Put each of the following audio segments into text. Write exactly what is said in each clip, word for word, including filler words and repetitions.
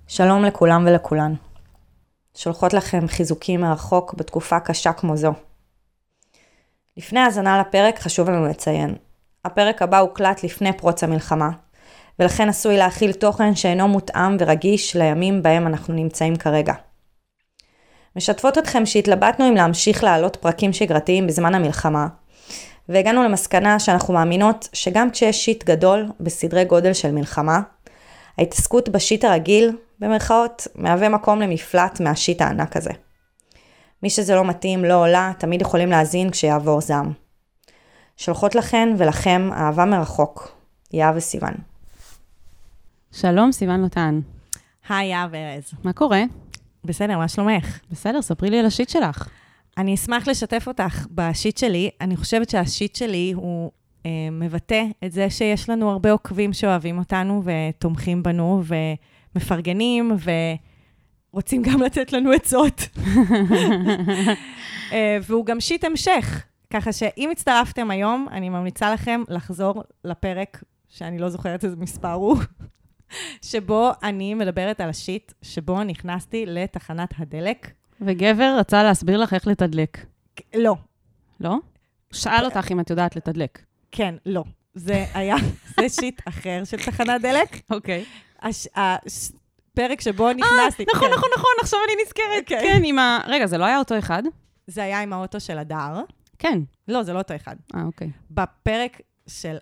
שלום לכולם ולכולן. שולחות לכם חיזוקים מרחוק בתקופה קשה כמו זו. לפני האזנה לפרק חשוב לנו לציין. הפרק הבא הוקלט לפני פרוץ המלחמה, ולכן עשוי להכיל תוכן שאינו מותאם ורגיש לימים בהם אנחנו נמצאים כרגע. משתפות אתכם שהתלבטנו אם להמשיך להעלות פרקים שגרתיים בזמן המלחמה, והגענו למסקנה שאנחנו מאמינות שגם כשיש שיט גדול בסדרי גודל של מלחמה, ההתעסקות בשיט הרגיל, במרכאות, מהווה מקום למפלט מהשיט הענק הזה. מי שזה לא מתאים, לא עולה, תמיד יכולים להזין כשיעבור זעם. שולחות לכן ולכם אהבה מרחוק. יהב וסיוון. שלום, סיוון לוטן. היי, יהב ארז. מה קורה? בסדר, מה שלומך? בסדר, ספרי לי על השיט שלך. אני אשמח לשתף אותך בשיט שלי. אני חושבת שהשיט שלי הוא אה, מבטא את זה שיש לנו הרבה עוקבים שאוהבים אותנו ותומכים בנו ומפרגנים ורוצים גם לתת לנו עצות. אה, והוא גם שיט המשך. ככה שאם הצטרפתם היום, אני ממליצה לכם לחזור לפרק, שאני לא זוכרת איזה מספר הוא, שבו אני מדברת על השיט, שבו נכנסתי לתחנת הדלק. וגבר רצה להסביר לך איך לתדלק. לא. לא? שאל אותך אם את יודעת לתדלק. כן, לא. זה היה, זה שיט אחר של תחנת דלק. אוקיי. הפרק שבו נכנסתי. נכון, נכון, נכון, עכשיו אני נזכרת. כן, עם ה... רגע, זה לא היה אותו אחד? זה היה עם האוטו של הדר. כן. לא, זה לא אותו אחד. אה, אוקיי. בפרק של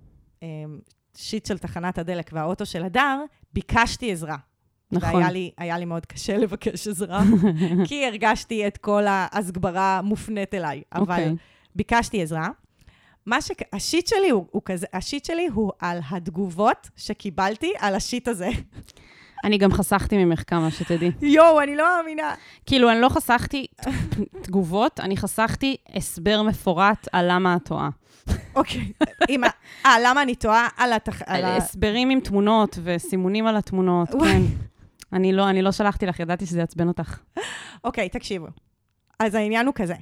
השיט של תחנת הדלק והאוטו של הדר, ביקשתי עזרה. נכון. והיה לי, היה לי מאוד קשה לבקש עזרה, כי הרגשתי את כל ההסגברה מופנית אליי, אבל Okay. ביקשתי עזרה. מה ש... השיט שלי הוא, הוא כזה, השיט שלי הוא על התגובות שקיבלתי על השיט הזה. אני גם חסכתי ממך כמה, שתדעי. יואו, אני לא מאמינה. כאילו, אני לא חסכתי תגובות, אני חסכתי הסבר מפורט על למה את טועה. אוקיי. אה, למה אני טועה? על התח... על הסברים עם תמונות וסימונים על התמונות, כן. אני לא, אני לא שלחתי לך, ידעתי שזה יעצבן אותך. אוקיי, תקשיבו. אז העניין הוא כזה.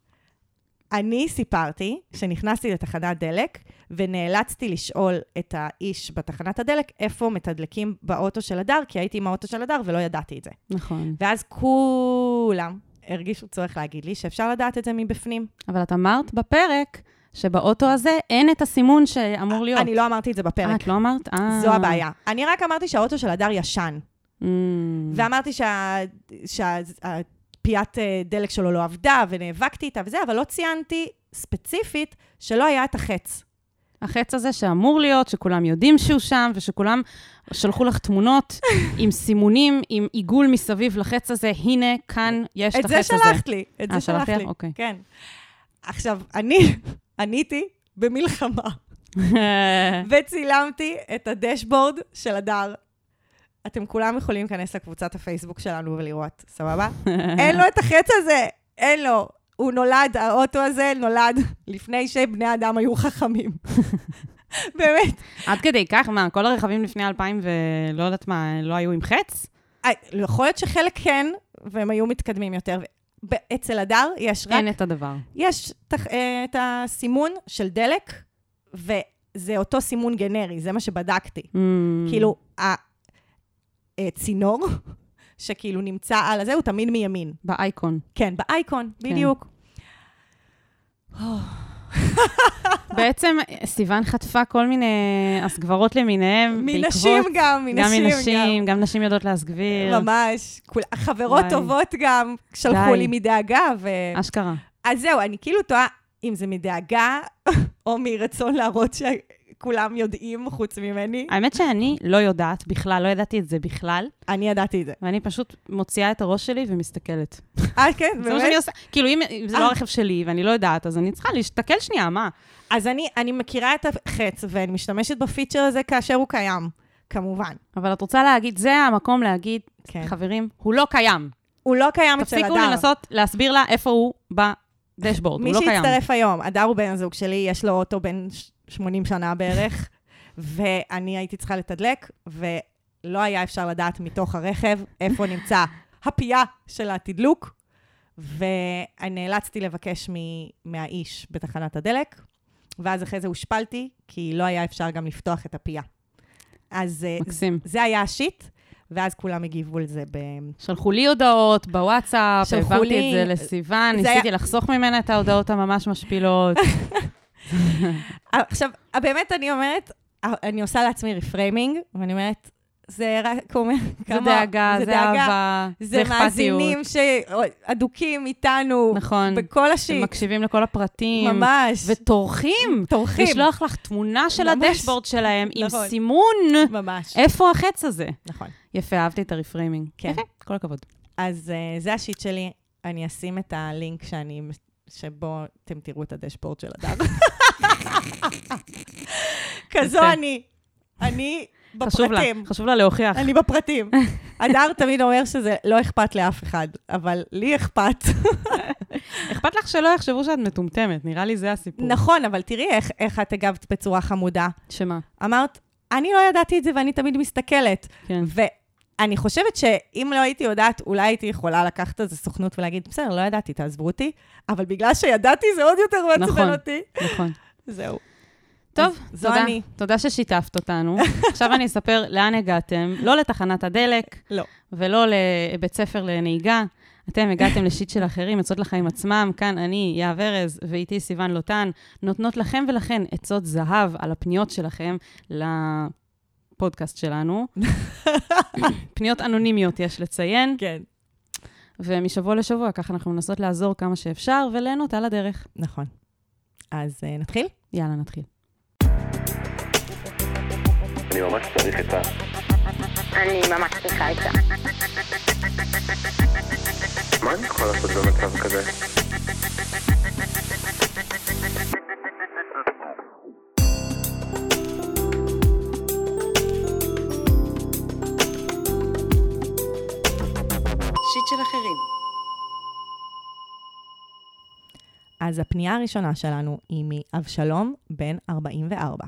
אני סיפרתי שנכנסתי לתחנת דלק, ונאלצתי לשאול את האיש בתחנת הדלק, איפה מתדלקים באוטו של הדר, כי הייתי עם האוטו של הדר ולא ידעתי את זה. נכון. ואז כולם הרגישו צורך להגיד לי שאפשר לדעת את זה מבפנים. אבל את אמרת בפרק שבאוטו הזה אין את הסימון שאמור להיות. אני לא אמרתי את זה בפרק. אה, את לא אמרת? אה. זו הבעיה. אני רק אמרתי שהאוטו של הדר ישן. Mm. ואמרתי שה... שה... פיית דלק שלו לא עבדה, ונאבקתי איתה וזה, אבל לא ציינתי ספציפית שלא היה את החץ. החץ הזה שאמור להיות, שכולם יודעים שהוא שם, ושכולם שלחו לך תמונות עם סימונים, עם עיגול מסביב לחץ הזה, הנה, כאן יש את החץ הזה. את זה שלחת לי, את זה שלחת לי. אוקיי. כן. עכשיו, אני עניתי במלחמה, וצילמתי את הדשבורד של הדר. אתם כולם יכולים להיכנס לקבוצת הפייסבוק שלנו ולראות, סבבה? אין לו את החץ הזה, אין לו. הוא נולד, האוטו הזה נולד לפני שבני אדם היו חכמים. באמת. עד כדי כך, מה, כל הרכבים לפני אלפיים ולא יודעת מה, לא היו עם חץ? יכול להיות שחלק כן, והם היו מתקדמים יותר. אצל הדר יש רק... אין את הדבר. יש את הסימון של דלק, וזה אותו סימון גנרי, זה מה שבדקתי. כאילו, צינור, שכאילו נמצא על הזה, הוא תמיד מימין. באייקון. כן, באייקון, בדיוק. בעצם סיוון חטפה כל מיני הסגברות למיניהם. מנשים גם, מנשים גם. גם מנשים, גם נשים יודעות להסגביר. ממש. חברות טובות גם שלחו לי מדאגה. אשכרה. אז זהו, אני כאילו טועה אם זה מדאגה, או מרצון להראות ש... כולם יודעים חוץ ממני. האמת שאני לא יודעת בכלל, לא ידעתי את זה בכלל. אני ידעתי את זה. ואני פשוט מוציאה את הראש שלי ומסתכלת. אה, כן, באמת? זה מה שאני עושה. כאילו, אם זה לא הרכב שלי ואני לא יודעת, אז אני צריכה להסתכל שנייה, מה? אז אני, אני מכירה את החץ, ואני משתמשת בפיצ'ר הזה כאשר הוא קיים, כמובן. אבל את רוצה להגיד, זה המקום להגיד, חברים, הוא לא קיים. הוא לא קיים אצל הדר. תפסיקו לנסות להסביר לה איפה הוא בדשבורד, הוא לא קיים. מי שיצטרף היום, הדר הוא בן הזוג שלי, יש לו אוטו בן שמונים שנה בערך, ואני הייתי צריכה לתדלק, ולא היה אפשר לדעת מתוך הרכב איפה נמצא הפייה של התדלוק, ואני נאלצתי לבקש מהאיש בתחנת הדלק, ואז אחרי זה הושפלתי, כי לא היה אפשר גם לפתוח את הפייה. אז מקסים. זה היה השיט, ואז כולם הגיבו על זה ב... שלחו לי הודעות בוואטסאפ, שלחו העברתי לי- את זה לסיוון, זה ניסיתי היה- לחסוך ממנה את ההודעות הממש משפילות. עכשיו, באמת אני אומרת, אני עושה לעצמי רפריימינג, ואני אומרת, זה רק אומר זה כמה... דאגה, זה אהבה, זה זה אכפתיות. מאזינים שאדוקים איתנו, נכון. בכל השיט. מקשיבים לכל הפרטים. ממש. וטורחים. טורחים. לשלוח לך תמונה של ממש. הדשבורד שלהם עם נכון. סימון. ממש. איפה החץ הזה? נכון. יפה, אהבתי את הרפריימינג. כן. יפה, כל הכבוד. אז uh, זה השיט שלי, אני אשים את הלינק שאני, שבו אתם תראו את הדשבורד של הדר. כזו יפה. אני. אני חשוב לה, בפרטים. חשוב לה להוכיח. אני בפרטים. הדר תמיד אומר שזה לא אכפת לאף אחד, אבל לי אכפת. אכפת לך שלא יחשבו שאת מטומטמת, נראה לי זה הסיפור. נכון, אבל תראי איך, איך את הגבת בצורה חמודה. שמה? אמרת, אני לא ידעתי את זה ואני תמיד מסתכלת. כן. ואני חושבת שאם לא הייתי יודעת, אולי הייתי יכולה לקחת איזה סוכנות ולהגיד, בסדר, לא ידעתי, תעזבו אותי, אבל בגלל שידעתי זה עוד יותר מעצבן נכון. אותי. נכון. זהו. טוב, אז זו תודה. אני. תודה ששיתפת אותנו. עכשיו אני אספר לאן הגעתם, לא לתחנת הדלק, לא. ולא לבית ספר לנהיגה. אתם הגעתם לשיט של אחרים, עצות לחיים עצמם. כאן אני, יהב ארז, ואיתי סיוון לוטן, נותנות לכם ולכן עצות זהב על הפניות שלכם לפודקאסט שלנו. פניות אנונימיות יש לציין, כן. ומשבוע לשבוע, ככה אנחנו מנסות לעזור כמה שאפשר, וליהנות על הדרך. נכון. אז uh, נתחיל? יאללה, נתחיל. אני ממש צריך את ה... אני ממש צריכה את זה. מה אני יכול לעשות במצב כזה? שיט של אחרים. אז הפנייה הראשונה שלנו היא מאבשלום בן ארבעים וארבע.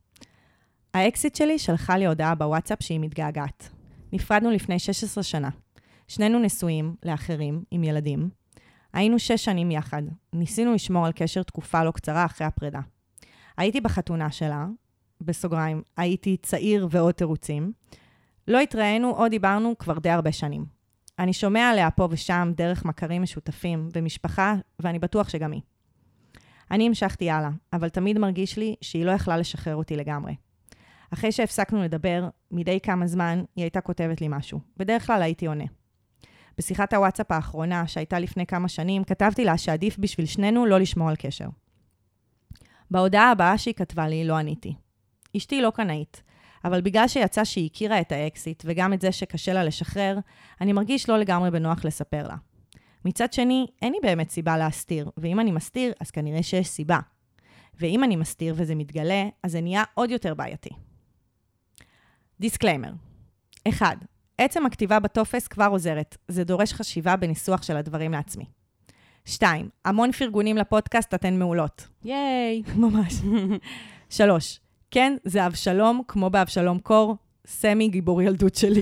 האקסיט שלי שלחה לי הודעה בוואטסאפ שהיא מתגעגעת. נפרדנו לפני שש עשרה שנה. שנינו נשואים לאחרים עם ילדים. היינו שש שנים יחד. ניסינו לשמור על קשר תקופה לא קצרה אחרי הפרידה. הייתי בחתונה שלה, בסוגריים, הייתי צעיר ועוד תירוצים. לא התראינו או דיברנו כבר די הרבה שנים. אני שומע עליה פה ושם דרך מכרים משותפים ומשפחה, ואני בטוח שגם היא. אני המשכתי הלאה, אבל תמיד מרגיש לי שהיא לא יכלה לשחרר אותי לגמרי. אחרי שהפסקנו לדבר, מדי כמה זמן היא הייתה כותבת לי משהו. בדרך כלל הייתי עונה. בשיחת הוואטסאפ האחרונה, שהייתה לפני כמה שנים, כתבתי לה שעדיף בשביל שנינו לא לשמור על קשר. בהודעה הבאה שהיא כתבה לי, לא עניתי. אשתי לא קנאית, אבל בגלל שיצא שהיא הכירה את האקסיט וגם את זה שקשה לה לשחרר, אני מרגיש לא לגמרי בנוח לספר לה. מצד שני, אין לי באמת סיבה להסתיר, ואם אני מסתיר, אז כנראה שיש סיבה. ואם אני מסתיר וזה מתגלה, אז זה נהיה עוד יותר בעייתי. דיסקליימר. אחד, עצם הכתיבה בטופס כבר עוזרת. זה דורש חשיבה בניסוח של הדברים לעצמי. שתיים, המון פרגונים לפודקאסט, אתן מעולות. ייי. ממש. שלוש, כן, זה אבשלום, כמו באבשלום קור, סמי גיבור ילדות שלי.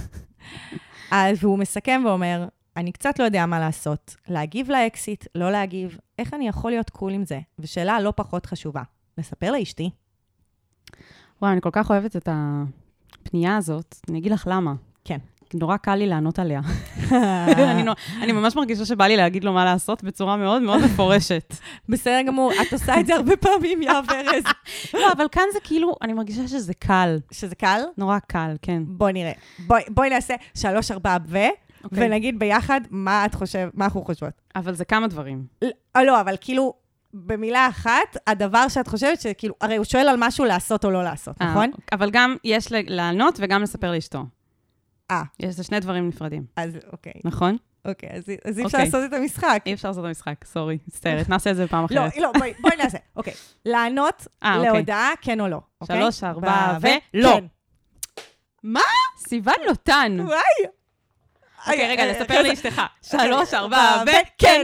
אז והוא מסכם ואומר, אני קצת לא יודע מה לעשות. להגיב לאקסיט, לא להגיב, איך אני יכול להיות קול עם זה? ושאלה לא פחות חשובה. לספר לאשתי. וואי, אני כל כך אוהבת את הפנייה הזאת. אני אגיד לך למה. כן. נורא קל לי לענות עליה. אני, נורא, אני ממש מרגישה שבא לי להגיד לו מה לעשות בצורה מאוד מאוד מפורשת. בסדר גמור, את עושה את זה הרבה פעמים, יהב ארז. לא, אבל כאן זה כאילו, אני מרגישה שזה קל. שזה קל? נורא קל, כן. בואי נראה. בואי, בואי נעשה שלוש, ארבע ו, אוקיי. ונגיד ביחד מה את חושב, מה אנחנו חושבות. אבל זה כמה דברים. לא, לא, אבל כאילו, במילה אחת, הדבר שאת חושבת שכאילו, הרי הוא שואל על משהו לעשות או לא לעשות, אה, נכון? אבל גם יש לענות וגם לספר לאשתו. אה. יש, זה שני דברים נפרדים. אז אוקיי, נכון? אוקיי, אז, אז אי אפשר אוקיי. לעשות את המשחק. אי אפשר לעשות את המשחק, סורי, מצטערת. נעשה את זה בפעם לא, אחרת. לא, בואי, בואי נעשה. אוקיי. לענות אה, אוקיי. להודעה, כן או לא. אוקיי? שלוש, ארבע, ו- ולא. כן. מה? סיוון לוטן. וואי. אוקיי, רגע, אה, לספר כזה- לאשתך. שלוש, ארבע, ו- וכן.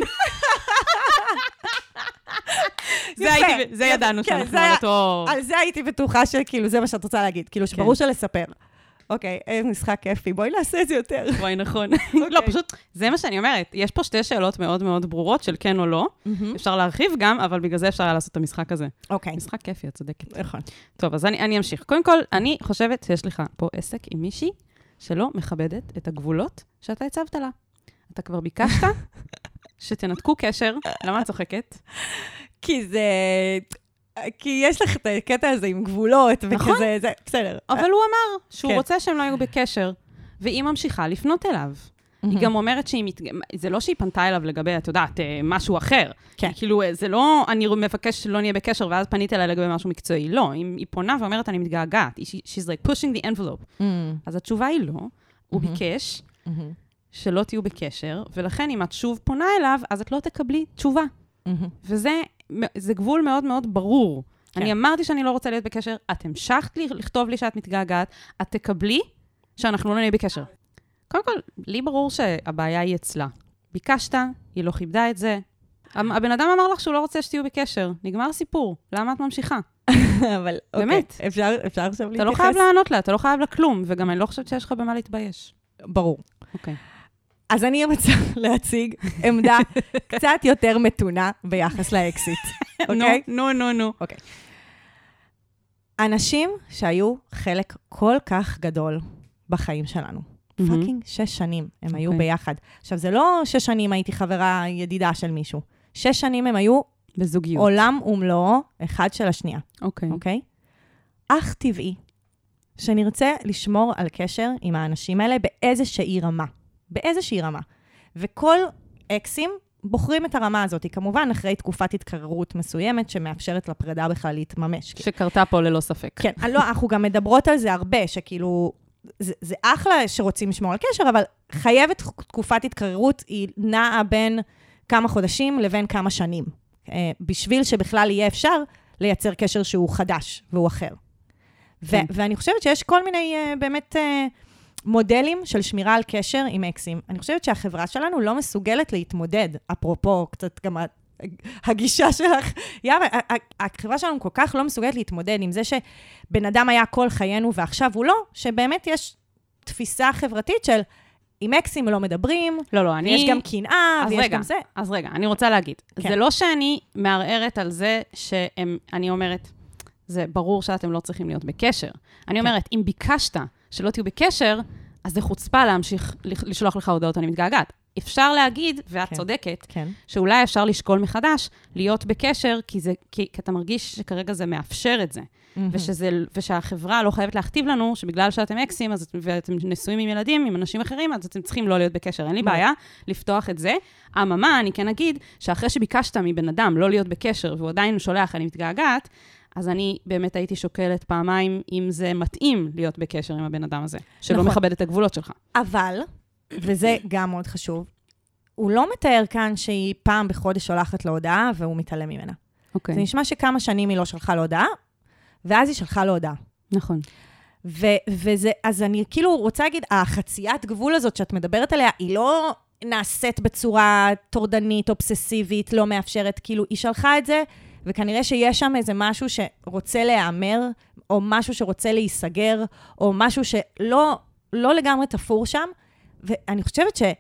זה יפה, הייתי, זה יפה, ידענו כן, שאנחנו זה על היה- אותו... על זה הייתי בטוחה שכאילו, זה מה שאת רוצה להגיד. כאילו, שברור שלספר. אוקיי, איזה משחק כיפי, בואי נעשה את זה יותר. וואי, נכון. לא, פשוט, זה מה שאני אומרת. יש פה שתי שאלות מאוד מאוד ברורות של כן או לא. אפשר להרחיב גם, אבל בגלל זה אפשר היה לעשות את המשחק הזה. אוקיי. משחק כיפי, את צודקת. נכון. טוב, אז אני, אני אמשיך. קודם כל, אני חושבת שיש לך פה עסק עם מישהי שלא מכבדת את הגבולות שאתה הצבת לה. אתה כבר ביקשת שתנתקו קשר. למה את צוחקת? כי זה... כי יש לך את הקטע הזה עם גבולות, נכון. וכזה, זה, בסדר. אבל הוא אמר שהוא כן. רוצה שהם לא יהיו בקשר, והיא ממשיכה לפנות אליו. היא גם אומרת שהיא, מת... זה לא שהיא פנתה אליו לגבי, את יודעת, משהו אחר. כן. כאילו, זה לא, אני מבקש שלא נהיה בקשר, ואז פנית אליי לגבי משהו מקצועי. לא, היא פונה ואומרת, אני מתגעגעת. She's like pushing the envelope. אז התשובה היא לא. הוא ביקש שלא תהיו בקשר, ולכן אם את שוב פונה אליו, אז את לא תקבלי תשובה. וזה זה גבול מאוד מאוד ברור. אני אמרתי שאני לא רוצה להיות בקשר, את המשכת לי, לכתוב לי שאת מתגעגעת, את תקבלי שאנחנו לא נהיה בקשר. קודם כל, לי ברור שהבעיה היא אצלה. ביקשת, היא לא כיבדה את זה. הבן אדם אמר לך שהוא לא רוצה שתהיו בקשר. נגמר סיפור. למה את ממשיכה? אבל באמת. אוקיי, אפשר, אפשר עכשיו להתייחס? אתה לא חייב לענות לה, אתה לא חייב לה כלום, וגם אני לא חושבת שיש לך במה להתבייש. ברור. אוקיי. אז אני רוצה להציג עמדה קצת יותר מתונה ביחס לאקסיט. אוקיי? נו, נו, נו. אוקיי. אנשים שהיו חלק כל כך גדול בחיים שלנו. פאקינג שש שנים הם היו ביחד. עכשיו, זה לא שש שנים הייתי חברה ידידה של מישהו. שש שנים הם היו בזוגיות. עולם ומלואו אחד של השנייה. אוקיי. אוקיי? אך טבעי שנרצה לשמור על קשר עם האנשים האלה באיזושהי רמה. באיזושהי רמה. וכל אקסים בוחרים את הרמה הזאת, כמובן אחרי תקופת התקררות מסוימת שמאפשרת לפרידה בכלל להתממש. שקרתה פה ללא ספק. כן, לא, אנחנו גם מדברות על זה הרבה, שכאילו, זה, זה אחלה שרוצים לשמור על קשר, אבל חייבת תקופת התקררות היא נעה בין כמה חודשים לבין כמה שנים, בשביל שבכלל יהיה אפשר לייצר קשר שהוא חדש והוא אחר. ו- ואני חושבת שיש כל מיני באמת מודלים של שמירה על קשר עם אקסים. אני חושבת שהחברה שלנו לא מסוגלת להתמודד, אפרופו קצת גם הגישה שלך. יאללה, החברה שלנו כל כך לא מסוגלת להתמודד עם זה שבן אדם היה כל חיינו ועכשיו הוא לא, שבאמת יש תפיסה חברתית של עם אקסים לא מדברים, לא, לא, אני... יש גם קנאה ויש רגע, גם זה. אז רגע, אני רוצה להגיד, כן. זה לא שאני מערערת על זה שאני אומרת, זה ברור שאתם לא צריכים להיות בקשר. אני אומרת, אם ביקשת שלא תהיו בקשר, אז זה חוצפה להמשיך לשלוח לך הודעות, אני מתגעגעת. אפשר להגיד, ואת כן. צודקת, כן. שאולי אפשר לשקול מחדש, להיות בקשר, כי, זה, כי, כי אתה מרגיש שכרגע זה מאפשר את זה. Mm-hmm. ושזה, ושהחברה לא חייבת להכתיב לנו, שבגלל שאתם אקסים, אז, ואתם נשואים עם ילדים, עם אנשים אחרים, אז אתם צריכים לא להיות בקשר. אין לי בעיה לפתוח את זה. אממה, אני כן אגיד, שאחרי שביקשת מבן אדם לא להיות בקשר, והוא עדיין שולח, אני מתגעגעת, אז אני באמת הייתי שוקלת פעמיים אם זה מתאים להיות בקשר עם הבן אדם הזה, שלא נכון. מכבד את הגבולות שלך. אבל, וזה גם מאוד חשוב, הוא לא מתאר כאן שהיא פעם בחודש שולחת לו הודעה, והוא מתעלם ממנה. אוקיי. זה נשמע שכמה שנים היא לא שלחה לו הודעה, ואז היא שלחה לו הודעה. נכון. ו- וזה, אז אני כאילו רוצה להגיד, החציית גבול הזאת שאת מדברת עליה, היא לא נעשית בצורה טורדנית, אובססיבית, לא מאפשרת, כאילו היא שלחה את זה, וכנראה שיש שם איזה משהו שרוצה להיאמר, או משהו שרוצה להיסגר, או משהו שלא לא לגמרי תפור שם, ואני חושבת ש...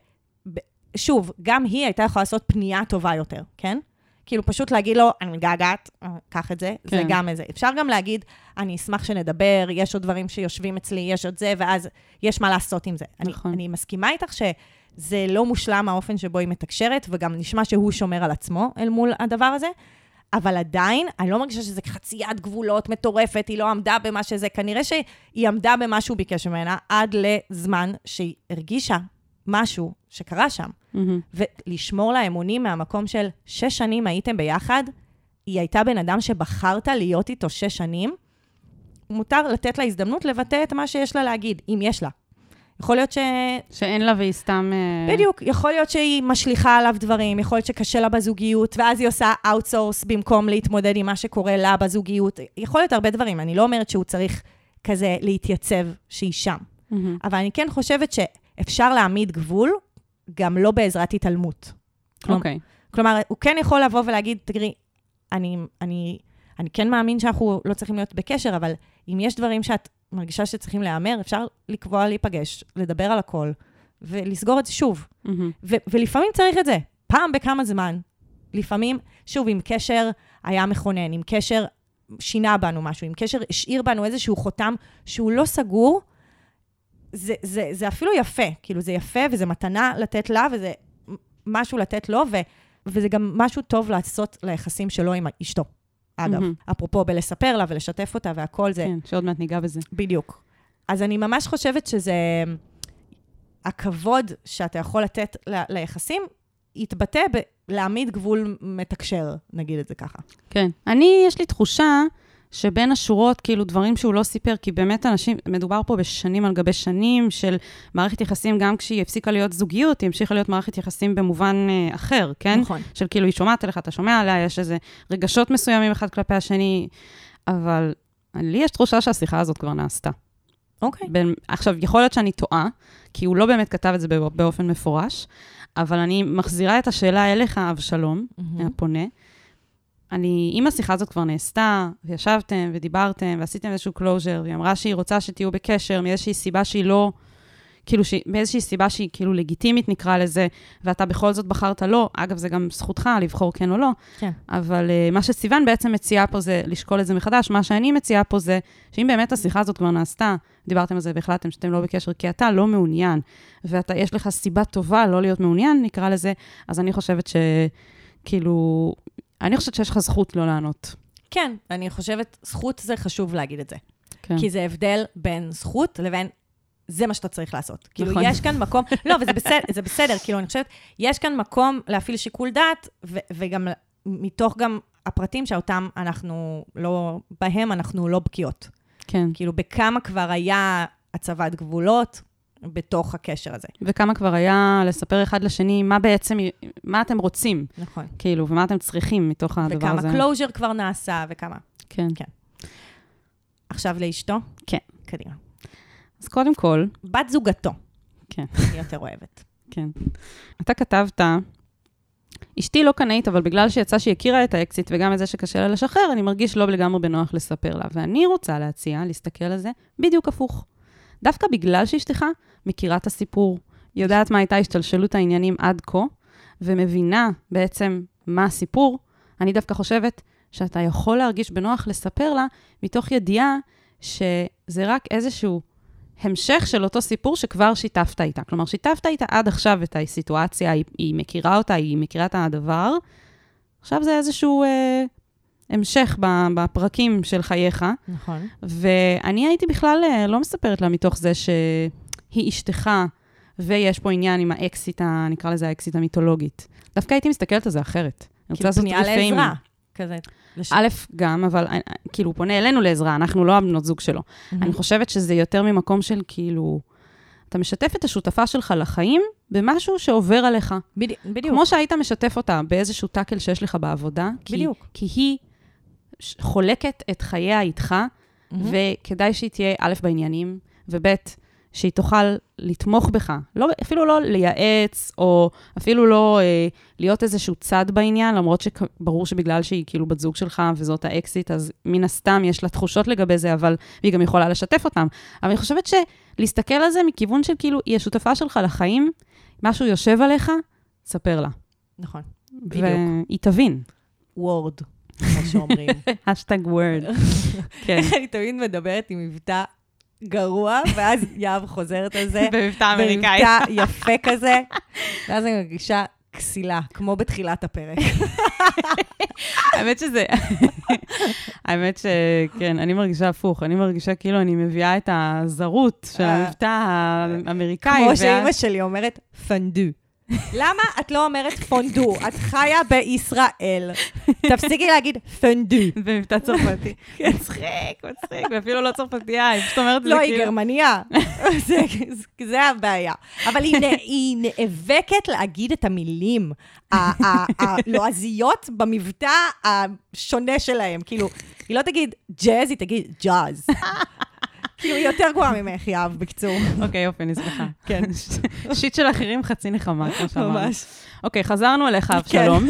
שוב, גם היא הייתה יכולה לעשות פנייה טובה יותר, כן? כאילו פשוט להגיד לו, אני מתגעגעת, קח את זה, כן. זה גם איזה. אפשר גם להגיד, אני אשמח שנדבר, יש עוד דברים שיושבים אצלי, יש עוד זה, ואז יש מה לעשות עם זה. נכון. אני, אני מסכימה איתך שזה לא מושלם האופן שבו היא מתקשרת, וגם נשמע שהוא שומר על עצמו אל מול הדבר הזה, אבל עדיין, אני לא מרגישה שזה חציית גבולות מטורפת, היא לא עמדה במה שזה, כנראה שהיא עמדה במה שהוא ביקש ממנה, עד לזמן שהיא הרגישה משהו שקרה שם. Mm-hmm. ולשמור לה אמונים מהמקום של שש שנים הייתם ביחד, היא הייתה בן אדם שבחרת להיות איתו שש שנים, מותר לתת לה הזדמנות לבטא את מה שיש לה להגיד, אם יש לה. יכול להיות ש... שאין לה והיא סתם... בדיוק, יכול להיות שהיא משליחה עליו דברים, יכול להיות שקשה לה בזוגיות, ואז היא עושה אאוטסורס במקום להתמודד עם מה שקורה לה בזוגיות. יכול להיות הרבה דברים, אני לא אומרת שהוא צריך כזה להתייצב שהיא שם. Mm-hmm. אבל אני כן חושבת שאפשר להעמיד גבול, גם לא בעזרת התעלמות. אוקיי. Okay. כלומר, הוא כן יכול לבוא ולהגיד, תראי, אני, אני, אני כן מאמין שאנחנו לא צריכים להיות בקשר, אבל אם יש דברים שאת מרגישה שצריכים להיאמר, אפשר לקבוע להיפגש, לדבר על הכל, ולסגור את זה שוב. Mm-hmm. ו- ולפעמים צריך את זה, פעם בכמה זמן. לפעמים, שוב, עם קשר היה מכונן, עם קשר שינה בנו משהו, עם קשר השאיר בנו איזשהו חותם שהוא לא סגור, זה, זה, זה אפילו יפה, כאילו זה יפה, וזה מתנה לתת לה, וזה משהו לתת לו, ו, וזה גם משהו טוב לעשות ליחסים שלו עם אשתו. אגב, mm-hmm. אפרופו בלספר לה ולשתף אותה והכל זה... כן, שעוד מעט ניגע בזה. בדיוק. אז אני ממש חושבת שזה... הכבוד שאתה יכול לתת ל- ליחסים, יתבטא בלהעמיד גבול מתקשר, נגיד את זה ככה. כן. אני, יש לי תחושה שבין השורות, כאילו דברים שהוא לא סיפר, כי באמת אנשים, מדובר פה בשנים על גבי שנים של מערכת יחסים, גם כשהיא הפסיקה להיות זוגיות, היא המשיכה להיות מערכת יחסים במובן אה, אחר, כן? נכון. של כאילו היא שומעת אליך, אתה שומע עליה, יש איזה רגשות מסוימים אחד כלפי השני, אבל לי יש תחושה שהשיחה הזאת כבר נעשתה. אוקיי. בין, עכשיו, יכול להיות שאני טועה, כי הוא לא באמת כתב את זה באופן מפורש, אבל אני מחזירה את השאלה אליך, אבשלום, mm-hmm. הפונה. אני, אם השיחה הזאת כבר נעשתה, וישבתם ודיברתם, ועשיתם איזשהו closure, והיא אמרה שהיא רוצה שתהיו בקשר, מאיזושהי סיבה שהיא לא, כאילו, ש... מאיזושהי סיבה שהיא כאילו לגיטימית נקרא לזה, ואתה בכל זאת בחרת לא, אגב, זה גם זכותך לבחור כן או לא, כן. אבל uh, מה שסיוון בעצם מציעה פה זה לשקול את זה מחדש, מה שאני מציעה פה זה, שאם באמת השיחה הזאת כבר נעשתה, דיברתם על זה והחלטתם שאתם לא בקשר, כי אתה לא מעוניין, ויש לך סיבה טובה לא להיות מעוניין, נקרא לזה, אז אני חושבת שכאילו, אני חושבת שיש לך זכות לא לענות. כן, אני חושבת, זכות זה חשוב להגיד את זה. כן. כי זה הבדל בין זכות לבין זה מה שאתה צריך לעשות. כאילו, נכון. יש כאן מקום, לא, וזה בסדר, זה בסדר, כאילו, אני חושבת, יש כאן מקום להפעיל שיקול דעת, ו- וגם מתוך גם הפרטים שאותם אנחנו לא, בהם אנחנו לא בקיאות. כן. כאילו, בכמה כבר היה הצבת גבולות בתוך הקשר הזה. וכמה כבר היה לספר אחד לשני מה בעצם, מה אתם רוצים. נכון. כאילו, ומה אתם צריכים מתוך הדבר הזה. וכמה closure כבר נעשה, וכמה. כן. כן. עכשיו לאשתו? כן. קדימה. אז קודם כל... בת זוגתו. כן. אני יותר אוהבת. כן. אתה כתבת, אשתי לא קנאית, אבל בגלל שיצא שהיא הכירה את האקסיט וגם את זה שקשה לה לשחרר, אני מרגיש לא לגמרי בנוח לספר לה. ואני רוצה להציע, להסתכל על זה, בדיוק הפוך. דווקא בגלל שאשתך מכירה את הסיפור, יודעת מה הייתה השתלשלות העניינים עד כה, ומבינה בעצם מה הסיפור, אני דווקא חושבת שאתה יכול להרגיש בנוח לספר לה, מתוך ידיעה שזה רק איזשהו המשך של אותו סיפור שכבר שיתפת איתה. כלומר, שיתפת איתה עד עכשיו את הסיטואציה, היא, היא מכירה אותה, היא מכירה את הדבר. עכשיו זה איזשהו אה, המשך בפרקים של חייך. נכון. ואני הייתי בכלל אה, לא מספרת לה מתוך זה שהיא אשתך, ויש פה עניין עם האקסיט, נקרא לזה האקסיט המיתולוגית. דווקא הייתי מסתכלת על זה אחרת. כאילו פנייה לעזרה, כזה. א', גם, אבל כאילו, הוא פונה אלינו לעזרה, אנחנו לא הבנות זוג שלו. אני חושבת שזה יותר ממקום של כאילו, אתה משתף את השותפה שלך לחיים במשהו שעובר עליך. בדיוק. כמו שהיית משתף אותה באיזשהו טאקל שיש לך בעבודה, בדיוק. כי היא חולקת את חייה איתך, וכדאי שהיא תהיה א' בעניינים, וב' שהיא תוכל לתמוך בך, לא, אפילו לא לייעץ, או אפילו לא אה, להיות איזשהו צד בעניין, למרות שברור שבגלל שהיא כאילו בת זוג שלך, וזאת האקסיט, אז מן הסתם יש לה תחושות לגבי זה, אבל היא גם יכולה לשתף אותם. אבל אני חושבת שלהסתכל על זה מכיוון של כאילו, היא השותפה שלך לחיים, משהו יושב עליך, ספר לה. נכון, בדיוק. והיא תבין. וורד, כמו שאומרים. השטג וורד. כן. אני תמיד מדברת עם מבטא גרוע, ואז יאב חוזרת על זה. במבטא אמריקאי. במבטא יפה כזה. ואז אני מרגישה כסילה, כמו בתחילת הפרק. האמת שזה... האמת שכן, אני מרגישה הפוך. אני מרגישה כאילו אני מביאה את הזרות של המבטא האמריקאי. כמו שאימא שלי אומרת, פנדו. למה את לא אומרת פונדו? את חיה בישראל. תפסיקי להגיד פונדו. במבטא צרפתי. מצחיק, מצחיק, ואפילו לא צרפתייה, היא פשוט אומרת את זה לא, כאילו... היא גרמניה. זה הבעיה. אבל היא נאבקת להגיד את המילים הלועזיות במבטא השונה שלהם. כאילו, היא לא תגיד ג'אז, היא תגיד ג'אז. כאילו, היא יותר גרועה ממך, יאב, בקצור. אוקיי, יופי, אני שמחה. כן. שיט של אחרים חצי נחמה, כמו שאמרנו. ממש. אוקיי, חזרנו אליך, אבשלום.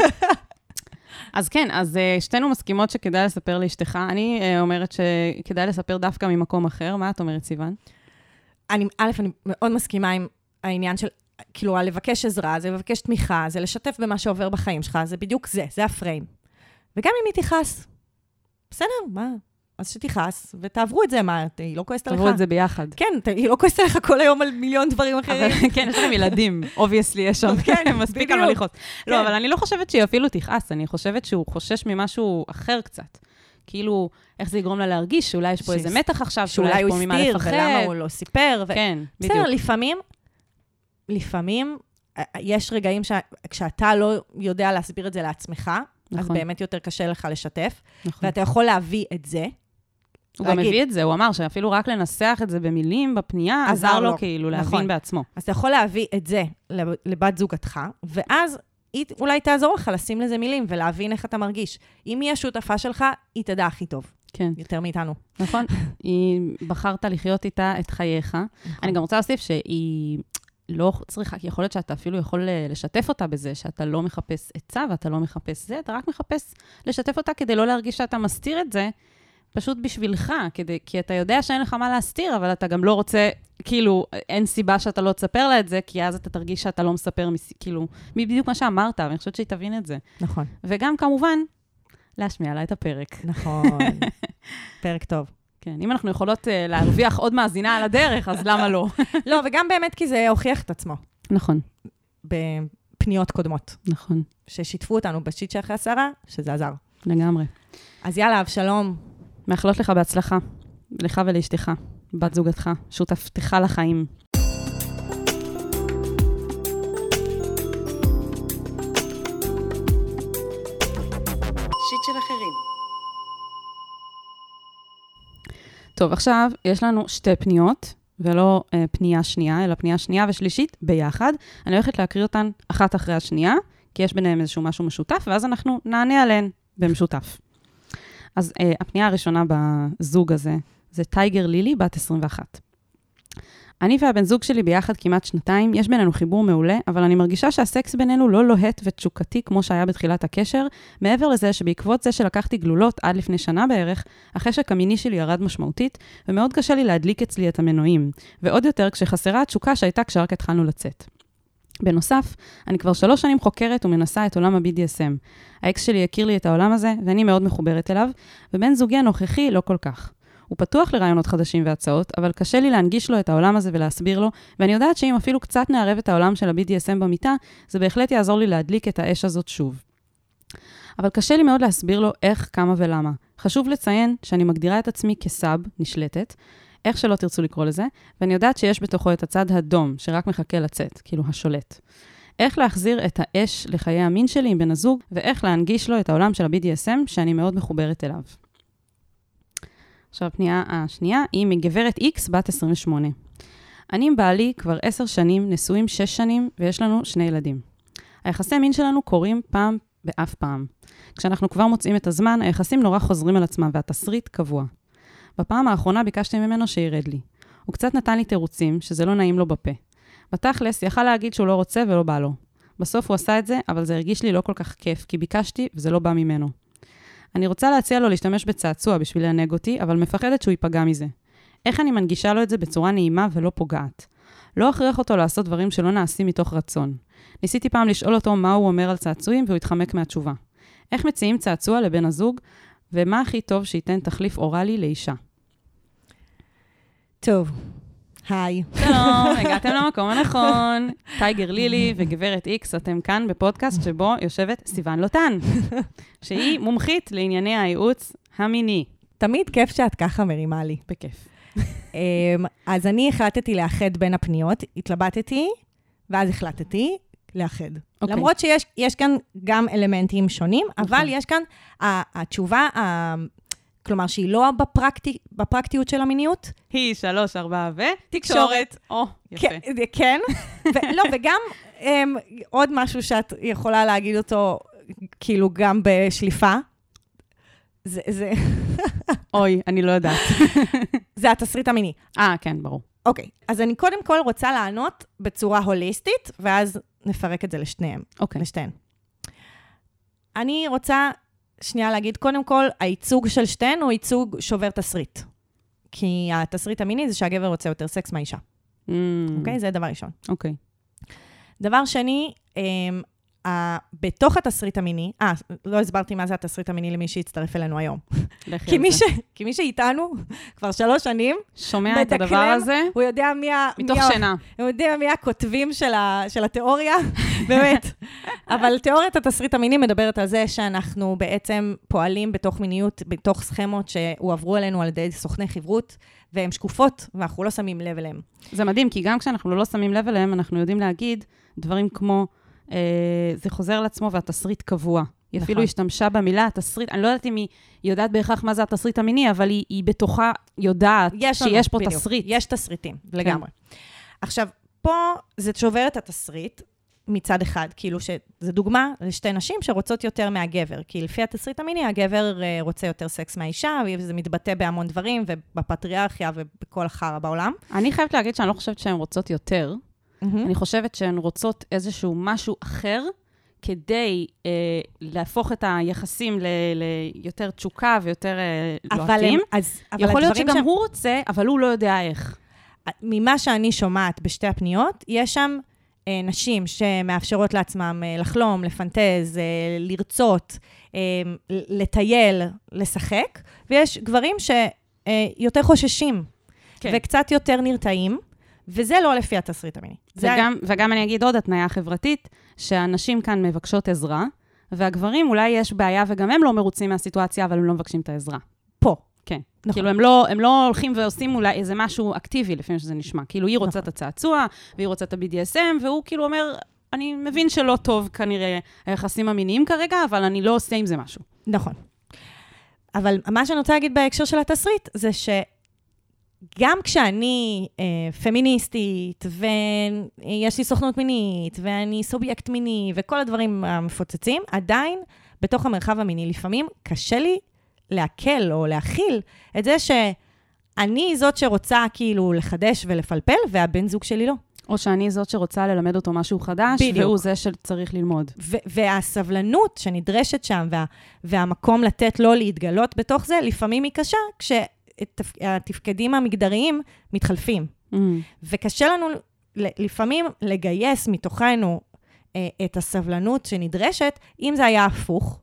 אז כן, אז שתינו מסכימות שכדאי לספר לאשתך. אני אומרת שכדאי לספר דווקא ממקום אחר. מה את אומרת, סיוון? אני, א', אני מאוד מסכימה עם העניין של, כאילו, לבקש עזרה, זה לבקש תמיכה, זה לשתף במה שעובר בחיים שלך, זה בדיוק זה, זה הפריים. וגם אם היא תכעס, בסדר, מה? אז שתכעס, ותעברו את זה, מה, היא לא כועסת עליך? תעברו את זה ביחד. כן, היא לא כועסת עליך כל היום על מיליון דברים אחרים. כן, יש לכם ילדים, obviously יש שם, מספיק על מה לכעוס. לא, אבל אני לא חושבת שהיא אפילו תכעס, אני חושבת שהוא חושש ממשהו אחר קצת. כאילו, איך זה יגרום לה להרגיש, שאולי יש פה איזה מתח עכשיו, שאולי יש פה ממה לפחד. ולמה הוא לא סיפר. כן, בדיוק. בסדר, לפעמים, לפעמים, יש רגעים כשאתה לא יודע להסביר את זה לעצמך, אז באמת יותר קשה לך לשתף, ואתה יכול להביא את זה. הוא גם מביא את זה, הוא אמר שאפילו רק לנסח את זה במילים, בפנייה, עזר לו כאילו להבין בעצמו. אז אתה יכול להביא את זה לבת זוגתך, ואז היא אולי תעזור לך לשים לזה מילים, ולהבין איך אתה מרגיש. אם היא השותפה שלך, היא תדע הכי טוב. כן. יותר מאיתנו. נכון. היא בחרת לחיות איתה את חייך. אני גם רוצה להוסיף שהיא לא צריכה, כי יכול להיות שאתה אפילו יכול לשתף אותה בזה, שאתה לא מחפש עצה, ואתה לא מחפש זה, אתה רק מחפש לשתף אותה כדי לא להרגיש שאתה מסתיר את זה, פשוט בשבילך, כדי, כי אתה יודע שאין לך מה להסתיר, אבל אתה גם לא רוצה, כאילו, אין סיבה שאתה לא תספר לה את זה, כי אז אתה תרגיש שאתה לא מספר, כאילו, בדיוק מה שאמרת, ואני חושבת שהיא תבין את זה. נכון. וגם, כמובן, להשמיע לה את הפרק. נכון. פרק טוב. כן, אם אנחנו יכולות uh, להרוויח עוד מאזינה על הדרך, אז למה לא? לא, וגם באמת כי זה הוכיח את עצמו. נכון. בפניות קודמות. נכון. ששיתפו אותנו בשיט שאחרי הסערה, שזה עזר. לגמרי. אז יאללה, אבשלום. מאחלות לך בהצלחה, לך ולאשתך, בת זוגתך, שותפתך לחיים. שיט של אחרים. טוב, עכשיו יש לנו שתי פניות, ולא אה, פנייה שנייה, אלא פנייה שנייה ושלישית ביחד. אני הולכת להקריא אותן אחת אחרי השנייה, כי יש ביניהם איזשהו משהו משותף, ואז אנחנו נענה עליהן במשותף. אז אה, הפנייה הראשונה בזוג הזה, זה טייגר לילי, בת עשרים ואחת. אני והבן זוג שלי ביחד כמעט שנתיים, יש בינינו חיבור מעולה, אבל אני מרגישה שהסקס בינינו לא לוהט ותשוקתי כמו שהיה בתחילת הקשר, מעבר לזה שבעקבות זה שלקחתי גלולות עד לפני שנה בערך, החשק המיני שלי ירד משמעותית, ומאוד קשה לי להדליק אצלי את המנועים, ועוד יותר כשחסרה התשוקה שהייתה כשרק התחלנו לצאת. בנוסף, אני כבר שלוש שנים חוקרת ומנסה את עולם ה-בי די אס אם. האקס שלי הכיר לי את העולם הזה, ואני מאוד מחוברת אליו, ובן זוגי הנוכחי לא כל כך. הוא פתוח לרעיונות חדשים והצעות, אבל קשה לי להנגיש לו את העולם הזה ולהסביר לו, ואני יודעת שאם אפילו קצת נערב את העולם של ה-בי די אס אם במיטה, זה בהחלט יעזור לי להדליק את האש הזאת שוב. אבל קשה לי מאוד להסביר לו איך, כמה ולמה. חשוב לציין שאני מגדירה את עצמי כסאב, נשלטת, איך שלא תרצו לקרוא לזה, ואני יודעת שיש בתוכו את הצד הדום, שרק מחכה לצאת, כאילו השולט. איך להחזיר את האש לחיי המין שלי עם בן הזוג, ואיך להנגיש לו את העולם של ה-בי די אס אם, שאני מאוד מחוברת אליו. עכשיו, הפנייה השנייה היא מגברת X, בת עשרים ושמונה. אני עם בעלי כבר עשר שנים, נשואים שש שנים, ויש לנו שני ילדים. היחסי מין שלנו קורים פעם באף פעם. כשאנחנו כבר מוצאים את הזמן, היחסים נורא חוזרים על עצמם, והתסריט קבוע. בפעם האחרונה ביקשתי ממנו שירד לי. הוא קצת נתן לי תירוצים, שזה לא נעים לו בפה. בתכלס, יכל להגיד שהוא לא רוצה ולא בא לו. בסוף הוא עשה את זה, אבל זה הרגיש לי לא כל כך כיף, כי ביקשתי וזה לא בא ממנו. אני רוצה להציע לו להשתמש בצעצוע בשביל להנהג אותי, אבל מפחדת שהוא ייפגע מזה. איך אני מנגישה לו את זה בצורה נעימה ולא פוגעת? לא הכריח אותו לעשות דברים שלא נעשים מתוך רצון. ניסיתי פעם לשאול אותו מה הוא אומר על צעצועים, והוא התחמק מהתשובה. איך מציעים צעצוע לבן הזוג, ומה הכי טוב שייתן תחליף אוראלי לאישה? טוב, היי. שלום, הגעתם למקום הנכון. טייגר לילי וגברת איקס, אתם כאן בפודקאסט שבו יושבת סיוון לוטן, שהיא מומחית לענייני הייעוץ המיני. תמיד כיף שאת ככה מרימה לי. בכיף. אז אני החלטתי לאחד בין הפניות, התלבטתי, ואז החלטתי לאחד. למרות שיש כאן גם אלמנטים שונים, אבל יש כאן התשובה, כלומר שהיא לא בפרקטיות של המיניות. היא שלוש, ארבע ותקשורת. או, יפה. כן, לא, וגם עוד משהו שאת יכולה להגיד אותו, כאילו גם בשליפה. זה, זה... אוי, אני לא יודעת. זה התסריט המיני. אה, כן, ברור. אוקיי, אז אני קודם כל רוצה לענות בצורה הוליסטית, ואז נפרק את זה לשניהם. אוקיי. לשתיהן. אני רוצה שנייה להגיד, קודם כל, הייצוג של שתיהן הוא ייצוג שובר תסריט. כי התסריט המיני זה שהגבר רוצה יותר סקס מהאישה. Mm. אוקיי? זה דבר ראשון. אוקיי. דבר שני, בתוך התסריט המיני, אה, לא הסברתי מה זה התסריט המיני למי שהצטרף אלינו היום. לכי כי על מי, זה. ש, כי מי שאיתנו כבר שלוש שנים, שומע את הדבר מדקלם, הזה, הוא יודע מי, ה- מתוך מי, ה- שינה. הוא יודע מי הכותבים של, ה, של התיאוריה, באמת. אבל תיאוריית התסריט המיני מדברת על זה שאנחנו בעצם פועלים בתוך מיניות, בתוך סכמות שהועברו אלינו על ידי סוכני חברות, והן שקופות, ואנחנו לא שמים לב אליהן. זה מדהים, כי גם כשאנחנו לא שמים לב אליהם, אנחנו יודעים להגיד דברים כמו, אה, זה חוזר על עצמו והתסריט קבוע. היא נכון. אפילו השתמשה במילה, התסריט, אני לא יודעת אם היא יודעת בהכרח מה זה התסריט המיני, אבל היא, היא בתוכה יודעת יש לנו, שיש פה בדיוק. תסריט. יש תסריטים, לגמרי. עכשיו, פה זה שובר את התסריט מצד אחד, כאילו שזו דוגמה לשתי נשים שרוצות יותר מהגבר, כי לפי התסריט המיני, הגבר אה, רוצה יותר סקס מהאישה, וזה מתבטא בהמון דברים, ובפטריארכיה ובכל החרא בעולם. אני חייבת להגיד שאני לא חושבת שהן רוצות יותר, Mm-hmm. אני חושבת שהן רוצות איזשהו משהו אחר, כדי אה, להפוך את היחסים ל- ליותר תשוקה ויותר אה, אבל לוהטים. הם- אז- אבל יכול להיות הדברים שגם שהם- הוא רוצה, אבל הוא לא יודע איך. ממה שאני שומעת בשתי הפניות, יש שם אה, נשים שמאפשרות לעצמם אה, לחלום, לפנטז, אה, לרצות, אה, לטייל, לשחק, ויש גברים שיותר חוששים, כן. וקצת יותר נרתעים, וזה לא לפי התסריט המיני. זה וגם, וגם אני אגיד עוד התניה חברתית, שהנשים כאן מבקשות עזרה, והגברים אולי יש בעיה, וגם הם לא מרוצים מהסיטואציה, אבל הם לא מבקשים את העזרה. פה. כן. נכון. כאילו, הם לא, הם לא הולכים ועושים אולי איזה משהו אקטיבי, לפעמים שזה נשמע. כאילו, היא רוצה נכון. את הצעצוע, והיא רוצה את ה-בי די אס אם, והוא כאילו אומר, אני מבין שלא טוב כנראה היחסים המיניים כרגע, אבל אני לא עושה עם זה משהו. נכון. אבל מה שאני רוצה להגיד בהקשר של התסריט, זה שגם כשאני אה, פמיניסטית, ויש לי סוכנות מינית, ואני סובייקט מיני, וכל הדברים המפוצצים, עדיין בתוך המרחב המיני, לפעמים קשה לי להקל או להכיל את זה שאני זאת שרוצה כאילו לחדש ולפלפל, והבן זוג שלי לא. או שאני זאת שרוצה ללמד אותו משהו חדש, בדיוק. והוא זה שצריך ללמוד. ו- והסבלנות שנדרשת שם, וה- והמקום לתת לו להתגלות בתוך זה, לפעמים היא קשה, כשהתפקדים המגדריים מתחלפים. Mm. וקשה לנו ל- לפעמים לגייס מתוכנו אה, את הסבלנות שנדרשת, אם זה היה הפוך,